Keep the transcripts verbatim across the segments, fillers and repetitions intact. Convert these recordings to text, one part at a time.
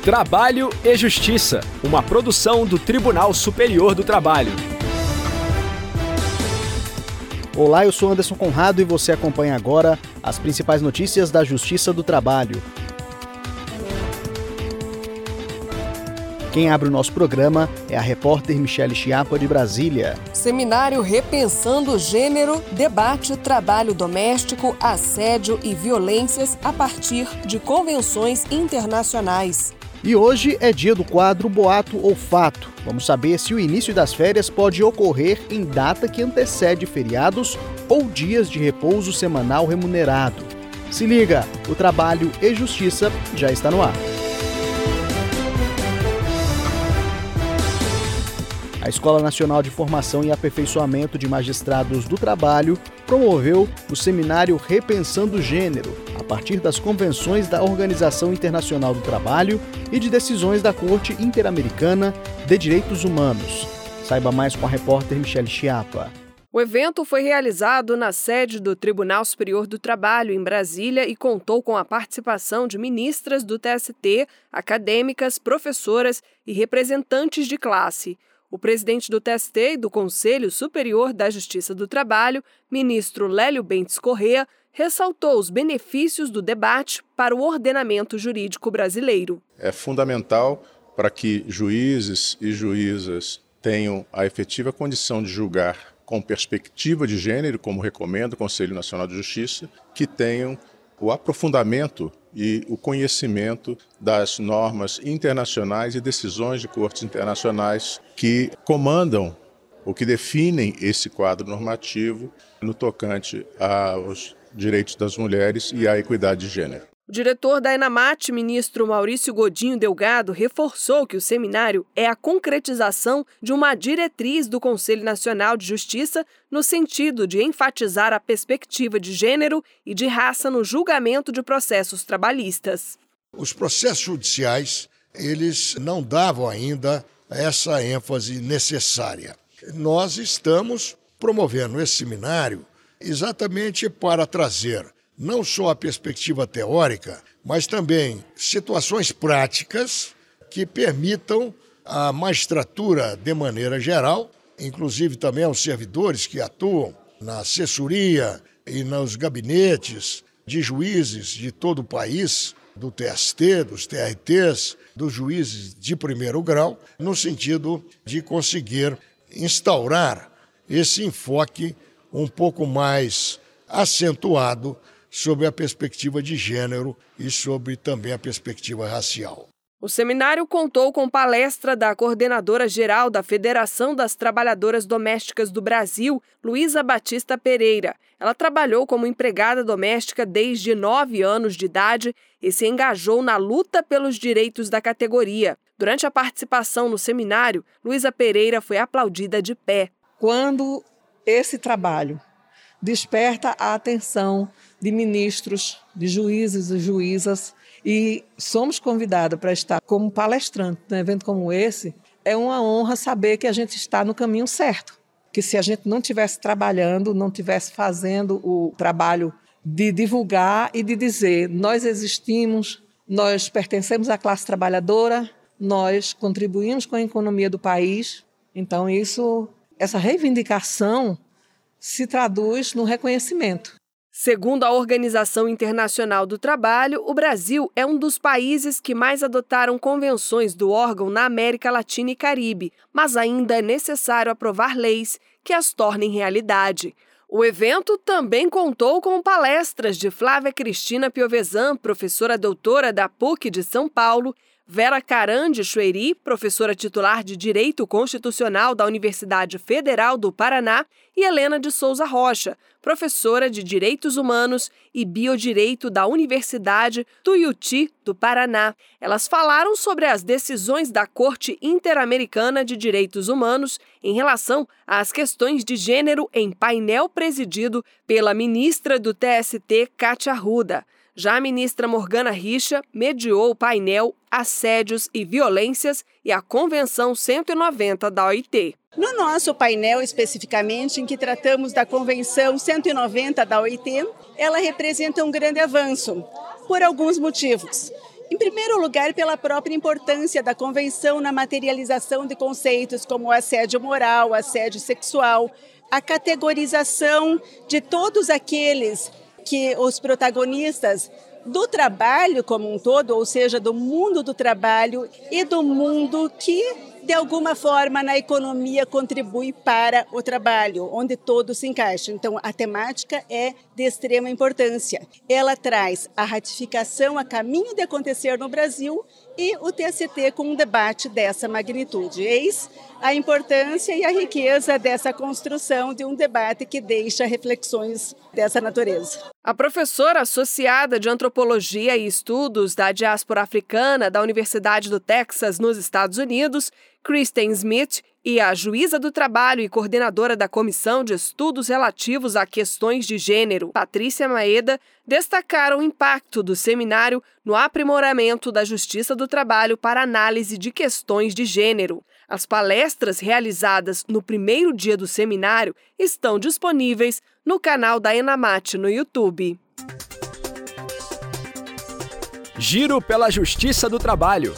Trabalho e Justiça, uma produção do Tribunal Superior do Trabalho. Olá, eu sou Anderson Conrado e você acompanha agora as principais notícias da Justiça do Trabalho. Quem abre o nosso programa é a repórter Michele Chiapa, de Brasília. Seminário Repensando o Gênero debate trabalho doméstico, assédio e violências a partir de convenções internacionais. E hoje é dia do quadro Boato ou Fato. Vamos saber se o início das férias pode ocorrer em data que antecede feriados ou dias de repouso semanal remunerado. Se liga, o Trabalho e Justiça já está no ar. A Escola Nacional de Formação e Aperfeiçoamento de Magistrados do Trabalho promoveu o seminário Repensando o Gênero, a partir das convenções da Organização Internacional do Trabalho e de decisões da Corte Interamericana de Direitos Humanos. Saiba mais com a repórter Michele Chiapa. O evento foi realizado na sede do Tribunal Superior do Trabalho, em Brasília, e contou com a participação de ministras do T S T, acadêmicas, professoras e representantes de classe. O presidente do T S T e do Conselho Superior da Justiça do Trabalho, ministro Lélio Bentes Corrêa, ressaltou os benefícios do debate para o ordenamento jurídico brasileiro. É fundamental para que juízes e juízas tenham a efetiva condição de julgar com perspectiva de gênero, como recomenda o Conselho Nacional de Justiça, que tenham o aprofundamento e o conhecimento das normas internacionais e decisões de cortes internacionais que comandam ou que definem esse quadro normativo no tocante aos direitos das mulheres e à equidade de gênero. O diretor da ENAMAT, ministro Maurício Godinho Delgado, reforçou que o seminário é a concretização de uma diretriz do Conselho Nacional de Justiça no sentido de enfatizar a perspectiva de gênero e de raça no julgamento de processos trabalhistas. Os processos judiciais, eles não davam ainda essa ênfase necessária. Nós estamos promovendo esse seminário exatamente para trazer não só a perspectiva teórica, mas também situações práticas que permitam à magistratura de maneira geral, inclusive também aos servidores que atuam na assessoria e nos gabinetes de juízes de todo o país, do T S T, dos T R Ts, dos juízes de primeiro grau, no sentido de conseguir instaurar esse enfoque um pouco mais acentuado sobre a perspectiva de gênero e sobre também a perspectiva racial. O seminário contou com palestra da coordenadora-geral da Federação das Trabalhadoras Domésticas do Brasil, Luísa Batista Pereira. Ela trabalhou como empregada doméstica desde nove anos de idade e se engajou na luta pelos direitos da categoria. Durante a participação no seminário, Luísa Pereira foi aplaudida de pé. Quando esse trabalho desperta a atenção de ministros, de juízes e juízas, e somos convidados para estar como palestrante num evento como esse, é uma honra saber que a gente está no caminho certo. Que se a gente não estivesse trabalhando, não estivesse fazendo o trabalho de divulgar e de dizer nós existimos, nós pertencemos à classe trabalhadora, nós contribuímos com a economia do país, então isso, essa reivindicação se traduz no reconhecimento. Segundo a Organização Internacional do Trabalho, o Brasil é um dos países que mais adotaram convenções do órgão na América Latina e Caribe, mas ainda é necessário aprovar leis que as tornem realidade. O evento também contou com palestras de Flávia Cristina Piovesan, professora doutora da P U C de São Paulo, Vera Caran de Chueri, professora titular de Direito Constitucional da Universidade Federal do Paraná, e Helena de Souza Rocha, professora de Direitos Humanos e Biodireito da Universidade Tuiuti do Paraná. Elas falaram sobre as decisões da Corte Interamericana de Direitos Humanos em relação às questões de gênero em painel presidido pela ministra do T S T, Kátia Arruda. Já a ministra Morgana Richa mediou o painel Assédios e Violências e a Convenção cento e noventa da O I T. No nosso painel, especificamente, em que tratamos da Convenção cento e noventa da O I T, ela representa um grande avanço, por alguns motivos. Em primeiro lugar, pela própria importância da convenção na materialização de conceitos como assédio moral, assédio sexual, a categorização de todos aqueles que os protagonistas do trabalho como um todo, ou seja, do mundo do trabalho e do mundo que, de alguma forma, na economia contribui para o trabalho, onde todos se encaixam. Então, a temática é de extrema importância. Ela traz a ratificação a caminho de acontecer no Brasil e o T S T com um debate dessa magnitude. Eis a importância e a riqueza dessa construção de um debate que deixa reflexões dessa natureza. A professora associada de Antropologia e Estudos da Diáspora Africana da Universidade do Texas, nos Estados Unidos, Kristen Smith, e a juíza do trabalho e coordenadora da Comissão de Estudos Relativos a Questões de Gênero, Patrícia Maeda, destacaram o impacto do seminário no aprimoramento da justiça do trabalho para análise de questões de gênero. As palestras realizadas no primeiro dia do seminário estão disponíveis no canal da Enamat no YouTube. Giro pela Justiça do Trabalho.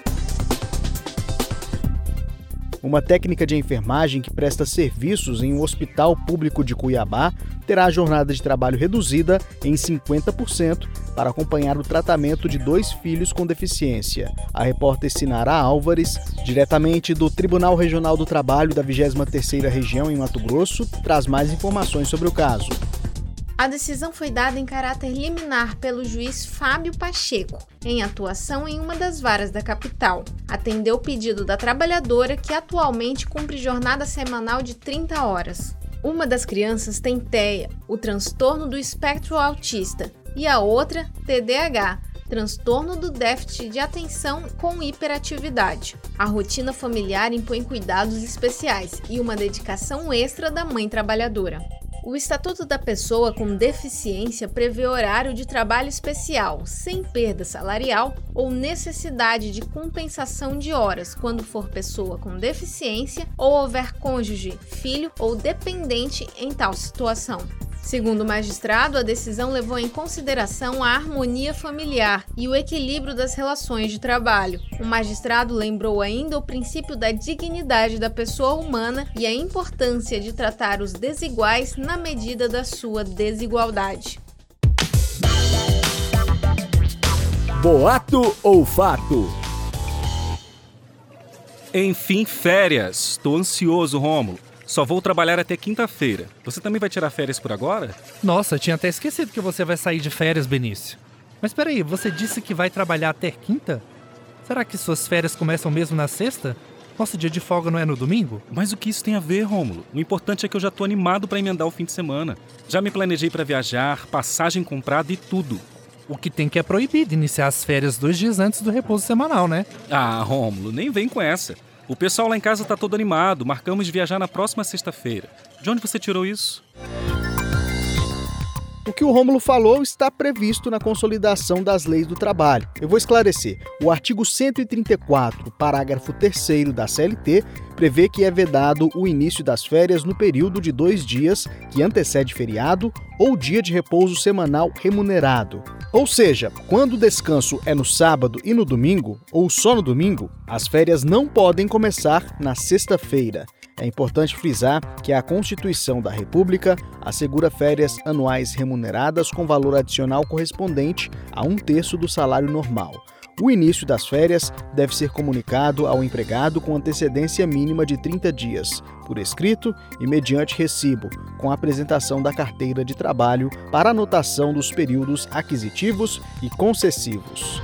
Uma técnica de enfermagem que presta serviços em um hospital público de Cuiabá terá a jornada de trabalho reduzida em cinquenta por cento para acompanhar o tratamento de dois filhos com deficiência. A repórter Sinara Álvares, diretamente do Tribunal Regional do Trabalho da vigésima terceira Região em Mato Grosso, traz mais informações sobre o caso. A decisão foi dada em caráter liminar pelo juiz Fábio Pacheco, em atuação em uma das varas da capital. Atendeu o pedido da trabalhadora, que atualmente cumpre jornada semanal de trinta horas. Uma das crianças tem T E A, o transtorno do espectro autista, e a outra, T D A H, transtorno do déficit de atenção com hiperatividade. A rotina familiar impõe cuidados especiais e uma dedicação extra da mãe trabalhadora. O Estatuto da Pessoa com Deficiência prevê horário de trabalho especial, sem perda salarial ou necessidade de compensação de horas quando for pessoa com deficiência ou houver cônjuge, filho ou dependente em tal situação. Segundo o magistrado, a decisão levou em consideração a harmonia familiar e o equilíbrio das relações de trabalho. O magistrado lembrou ainda o princípio da dignidade da pessoa humana e a importância de tratar os desiguais na medida da sua desigualdade. Boato ou fato? Enfim, férias. Tô ansioso, Rômulo. Só vou trabalhar até quinta-feira. Você também vai tirar férias por agora? Nossa, tinha até esquecido que você vai sair de férias, Benício. Mas peraí, você disse que vai trabalhar até quinta? Será que suas férias começam mesmo na sexta? Nosso dia de folga não é no domingo? Mas o que isso tem a ver, Rômulo? O importante é que eu já tô animado para emendar o fim de semana. Já me planejei para viajar, passagem comprada e tudo. O que tem que é proibido iniciar as férias dois dias antes do repouso semanal, né? Ah, Rômulo, nem vem com essa. O pessoal lá em casa tá todo animado, marcamos de viajar na próxima sexta-feira. De onde você tirou isso? O que o Rômulo falou está previsto na Consolidação das Leis do Trabalho. Eu vou esclarecer. O artigo cento e trinta e quatro, parágrafo terceiro da C L T, prevê que é vedado o início das férias no período de dois dias que antecede feriado ou dia de repouso semanal remunerado. Ou seja, quando o descanso é no sábado e no domingo, ou só no domingo, as férias não podem começar na sexta-feira. É importante frisar que a Constituição da República assegura férias anuais remuneradas com valor adicional correspondente a um terço do salário normal. O início das férias deve ser comunicado ao empregado com antecedência mínima de trinta dias, por escrito e mediante recibo, com a apresentação da carteira de trabalho para anotação dos períodos aquisitivos e concessivos.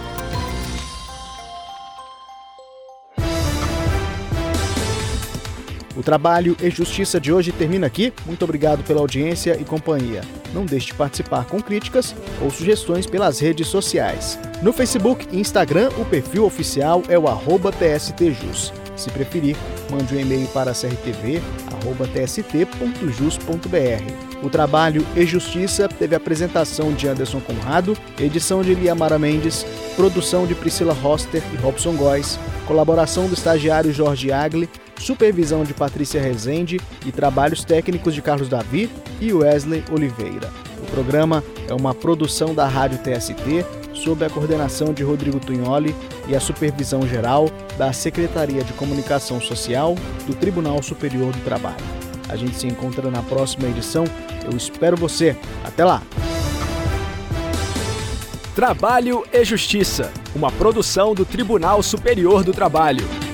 O Trabalho e Justiça de hoje termina aqui. Muito obrigado pela audiência e companhia. Não deixe de participar com críticas ou sugestões pelas redes sociais. No Facebook e Instagram, o perfil oficial é o arroba T S T Jus. Se preferir, mande um e-mail para c r t v arroba t s t ponto jus ponto b r. O Trabalho e Justiça teve apresentação de Anderson Conrado, edição de Liamara Mendes, produção de Priscila Roster e Robson Góes, colaboração do estagiário Jorge Agli, supervisão de Patrícia Rezende e trabalhos técnicos de Carlos Davi e Wesley Oliveira. O programa é uma produção da Rádio T S T, sob a coordenação de Rodrigo Tunholi e a supervisão geral da Secretaria de Comunicação Social do Tribunal Superior do Trabalho. A gente se encontra na próxima edição. Eu espero você. Até lá! Trabalho e Justiça, uma produção do Tribunal Superior do Trabalho.